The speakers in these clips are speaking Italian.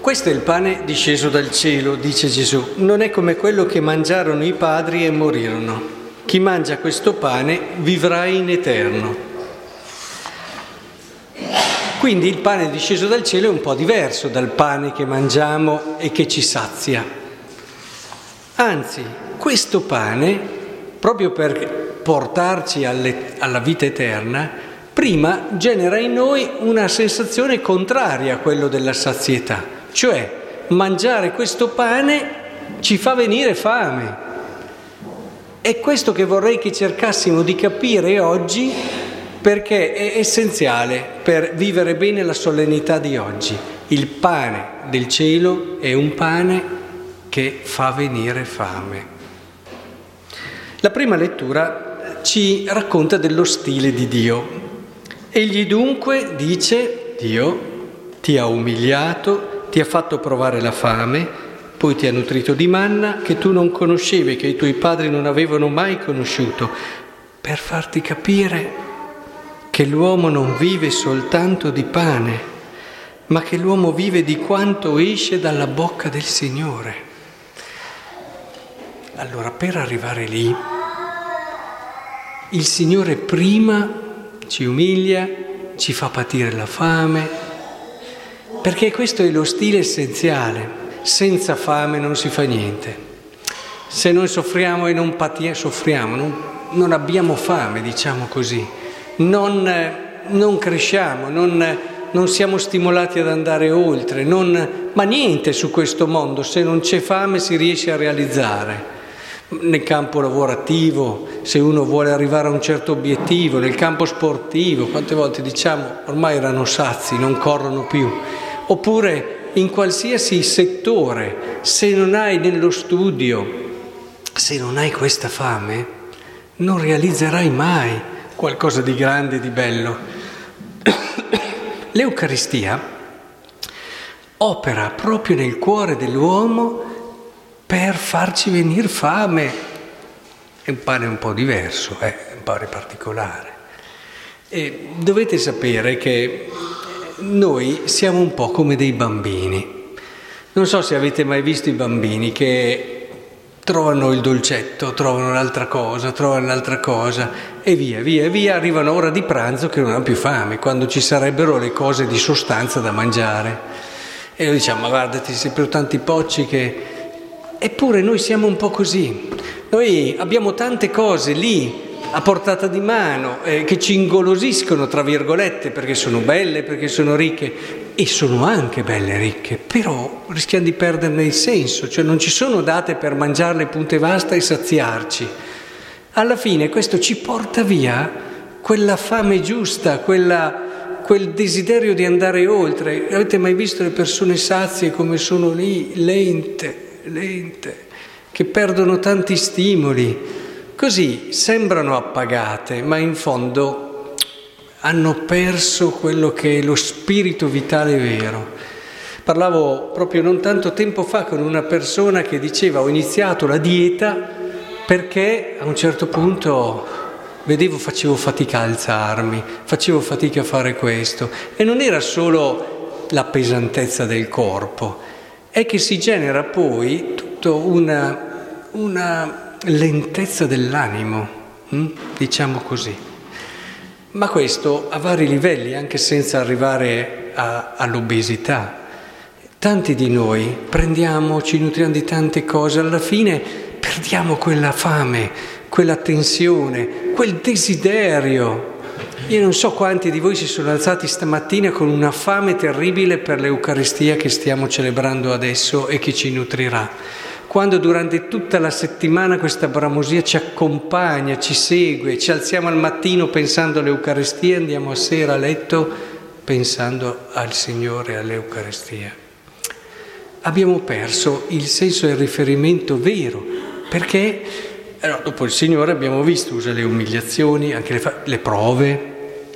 Questo è il pane disceso dal cielo, dice Gesù. Non è come quello che mangiarono i padri e morirono. Chi mangia questo pane vivrà in eterno. Quindi il pane disceso dal cielo è un po' diverso dal pane che mangiamo e che ci sazia. Anzi, questo pane, proprio per portarci alla vita eterna, prima genera in noi una sensazione contraria a quello della sazietà. Cioè, mangiare questo pane ci fa venire fame. È questo che vorrei che cercassimo di capire oggi, perché è essenziale per vivere bene la solennità di oggi. Il pane del cielo è un pane che fa venire fame. La prima lettura ci racconta dello stile di Dio. Egli dunque dice: Dio ti ha umiliato, ti ha fatto provare la fame, poi ti ha nutrito di manna che tu non conoscevi, che i tuoi padri non avevano mai conosciuto, per farti capire che l'uomo non vive soltanto di pane, ma che l'uomo vive di quanto esce dalla bocca del Signore. Allora, per arrivare lì, il Signore prima ci umilia, ci fa patire la fame, perché questo è lo stile essenziale. Senza fame non si fa niente. Se noi soffriamo e non non abbiamo fame, diciamo così, non cresciamo, non siamo stimolati ad andare oltre, ma niente su questo mondo, se non c'è fame, si riesce a realizzare. Nel campo lavorativo, se uno vuole arrivare a un certo obiettivo, nel campo sportivo, quante volte diciamo ormai erano sazi, non corrono più. Oppure in qualsiasi settore, se non hai nello studio, se non hai questa fame, non realizzerai mai qualcosa di grande, di bello. L'Eucaristia opera proprio nel cuore dell'uomo per farci venire fame. È un pane un po' diverso, un pane particolare. E dovete sapere che noi siamo un po' come dei bambini. Non so se avete mai visto i bambini che trovano il dolcetto, trovano l'altra cosa e via, arrivano a ora di pranzo che non hanno più fame, quando ci sarebbero le cose di sostanza da mangiare. E noi diciamo: ma guarda, ti sei tanti pocci che... Eppure noi siamo un po' così. Noi abbiamo tante cose lì a portata di mano che ci ingolosiscono, tra virgolette, perché sono belle, perché sono ricche, e sono anche belle e ricche, però rischiamo di perderne il senso, cioè non ci sono date per mangiarle punte vasta e saziarci. Alla fine questo ci porta via quella fame giusta, quel desiderio di andare oltre. Avete mai visto le persone sazie come sono lì, lente, che perdono tanti stimoli? Così sembrano appagate, ma in fondo hanno perso quello che è lo spirito vitale vero. Parlavo proprio non tanto tempo fa con una persona che diceva: ho iniziato la dieta perché a un certo punto facevo fatica a alzarmi, facevo fatica a fare questo. E non era solo la pesantezza del corpo, è che si genera poi tutta una lentezza dell'animo, diciamo così. Ma questo a vari livelli, anche senza arrivare all'obesità. Tanti di noi ci nutriamo di tante cose, alla fine perdiamo quella fame, quella tensione, quel desiderio. Io non so quanti di voi si sono alzati stamattina con una fame terribile per l'Eucaristia che stiamo celebrando adesso e che ci nutrirà. Quando durante tutta la settimana questa bramosia ci accompagna, ci segue, ci alziamo al mattino pensando all'Eucaristia, andiamo a sera a letto pensando al Signore e all'Eucaristia. Abbiamo perso il senso e il riferimento vero, perché dopo il Signore abbiamo visto, usa le umiliazioni, anche le prove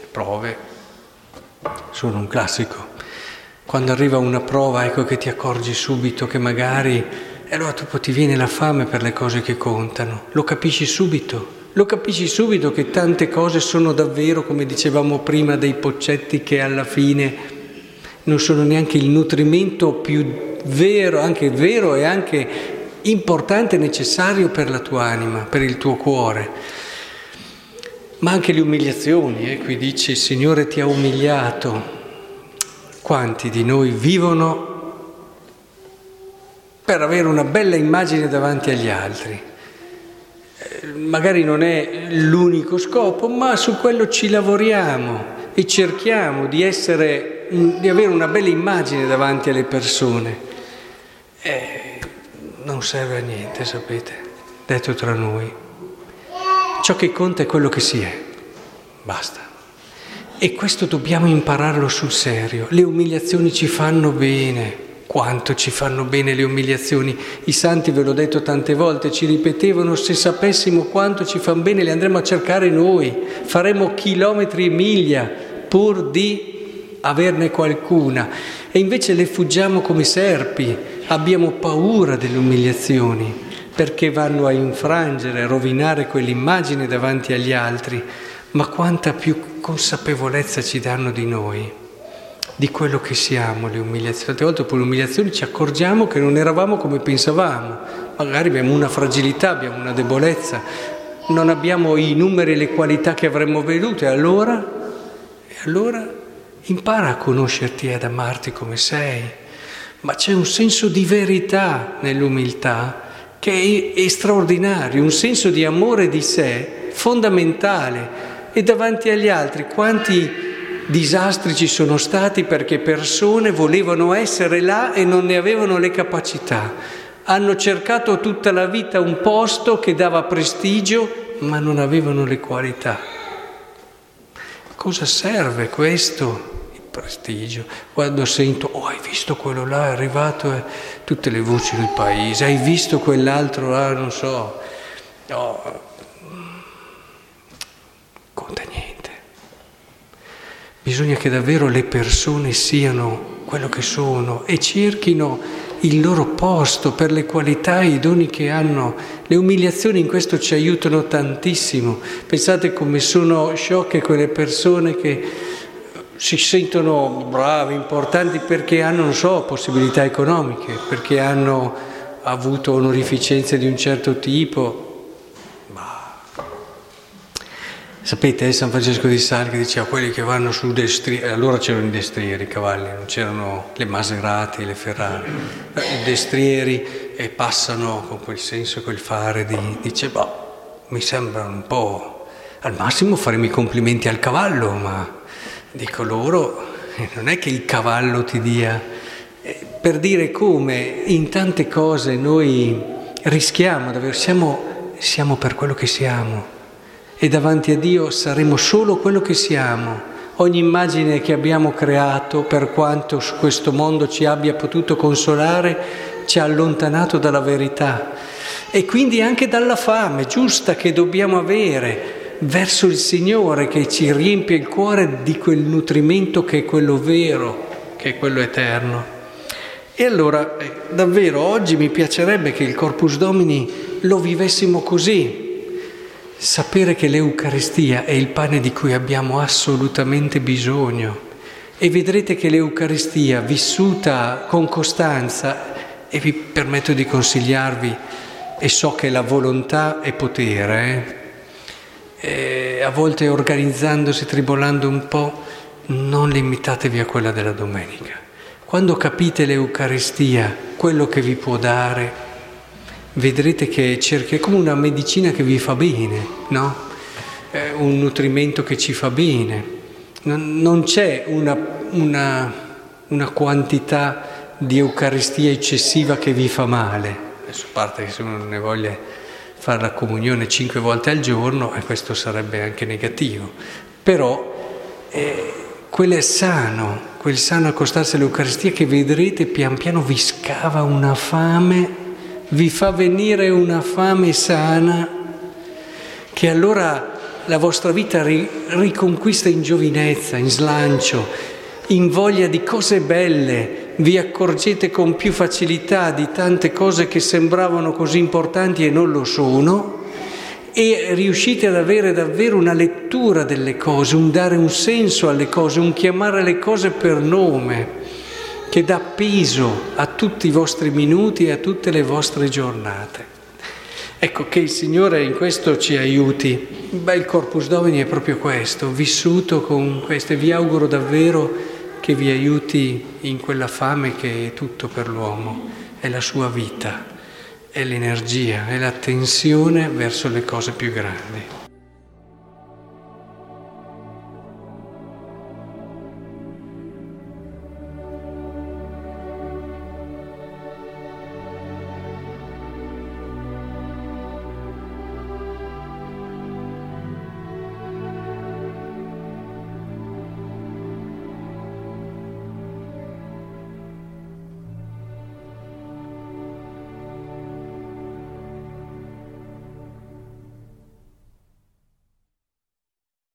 sono un classico. Quando arriva una prova, ecco che ti accorgi subito che magari... E allora dopo ti viene la fame per le cose che contano, lo capisci subito che tante cose sono davvero, come dicevamo prima, dei poccetti che alla fine non sono neanche il nutrimento più vero, anche vero e anche importante e necessario per la tua anima, per il tuo cuore. Ma anche le umiliazioni, qui dice: il Signore ti ha umiliato. Quanti di noi vivono per avere una bella immagine davanti agli altri? Magari non è l'unico scopo, ma su quello ci lavoriamo e cerchiamo di avere una bella immagine davanti alle persone. Non serve a niente, sapete, detto tra noi. Ciò che conta è quello che si è, basta. E questo dobbiamo impararlo sul serio. Le umiliazioni ci fanno bene. Quanto ci fanno bene le umiliazioni. I santi, ve l'ho detto tante volte, ci ripetevano: se sapessimo quanto ci fanno bene le andremo a cercare noi, faremo chilometri e miglia pur di averne qualcuna. E invece le fuggiamo come serpi, abbiamo paura delle umiliazioni, perché vanno a infrangere, a rovinare quell'immagine davanti agli altri. Ma quanta più consapevolezza ci danno di noi, di quello che siamo, le umiliazioni. Tante volte dopo le umiliazioni ci accorgiamo che non eravamo come pensavamo, magari abbiamo una fragilità, abbiamo una debolezza, non abbiamo i numeri e le qualità che avremmo veduto, e allora impara a conoscerti e ad amarti come sei. Ma c'è un senso di verità nell'umiltà che è straordinario, un senso di amore di sé fondamentale. E davanti agli altri quanti disastri ci sono stati perché persone volevano essere là e non ne avevano le capacità. Hanno cercato tutta la vita un posto che dava prestigio, ma non avevano le qualità. Cosa serve questo? Il prestigio. Quando sento: oh, hai visto quello là, è arrivato, tutte le voci del paese, hai visto quell'altro là, non so. No. Conta niente. Bisogna che davvero le persone siano quello che sono e cerchino il loro posto per le qualità e i doni che hanno. Le umiliazioni in questo ci aiutano tantissimo. Pensate come sono sciocche quelle persone che si sentono bravi, importanti perché hanno, non so, possibilità economiche, perché hanno avuto onorificenze di un certo tipo. Sapete, San Francesco di Sales che diceva: quelli che vanno su destrieri, allora c'erano i destrieri, i cavalli, non c'erano le Maserati, le Ferrari, i destrieri, e passano con quel senso, quel fare dice: mi sembra un po', al massimo faremo i complimenti al cavallo, ma dico loro, non è che il cavallo ti dia, per dire come in tante cose noi rischiamo davvero, siamo per quello che siamo. E davanti a Dio saremo solo quello che siamo. Ogni immagine che abbiamo creato, per quanto su questo mondo ci abbia potuto consolare, ci ha allontanato dalla verità e quindi anche dalla fame giusta che dobbiamo avere verso il Signore, che ci riempie il cuore di quel nutrimento che è quello vero, che è quello eterno. E allora davvero oggi mi piacerebbe che il Corpus Domini lo vivessimo così. Sapere che l'Eucaristia è il pane di cui abbiamo assolutamente bisogno, e vedrete che l'Eucaristia vissuta con costanza, e vi permetto di consigliarvi, e so che la volontà è potere, a volte organizzandosi, tribolando un po', non limitatevi a quella della domenica. Quando capite l'Eucaristia, quello che vi può dare, vedrete che è come una medicina che vi fa bene, no? Un nutrimento che ci fa bene. Non c'è una quantità di Eucaristia eccessiva che vi fa male. Adesso, a parte che se uno ne voglia fare la comunione 5 volte al giorno, questo sarebbe anche negativo. Però quel sano accostarsi all'Eucaristia, che vedrete pian piano vi scava una fame, vi fa venire una fame sana, che allora la vostra vita riconquista in giovinezza, in slancio, in voglia di cose belle. Vi accorgete con più facilità di tante cose che sembravano così importanti e non lo sono, e riuscite ad avere davvero una lettura delle cose, un dare un senso alle cose, un chiamare le cose per nome, che dà peso a tutti i vostri minuti e a tutte le vostre giornate. Ecco, che il Signore in questo ci aiuti. Il Corpus Domini è proprio questo, vissuto con questo, e vi auguro davvero che vi aiuti in quella fame che è tutto per l'uomo, è la sua vita, è l'energia, è la tensione verso le cose più grandi.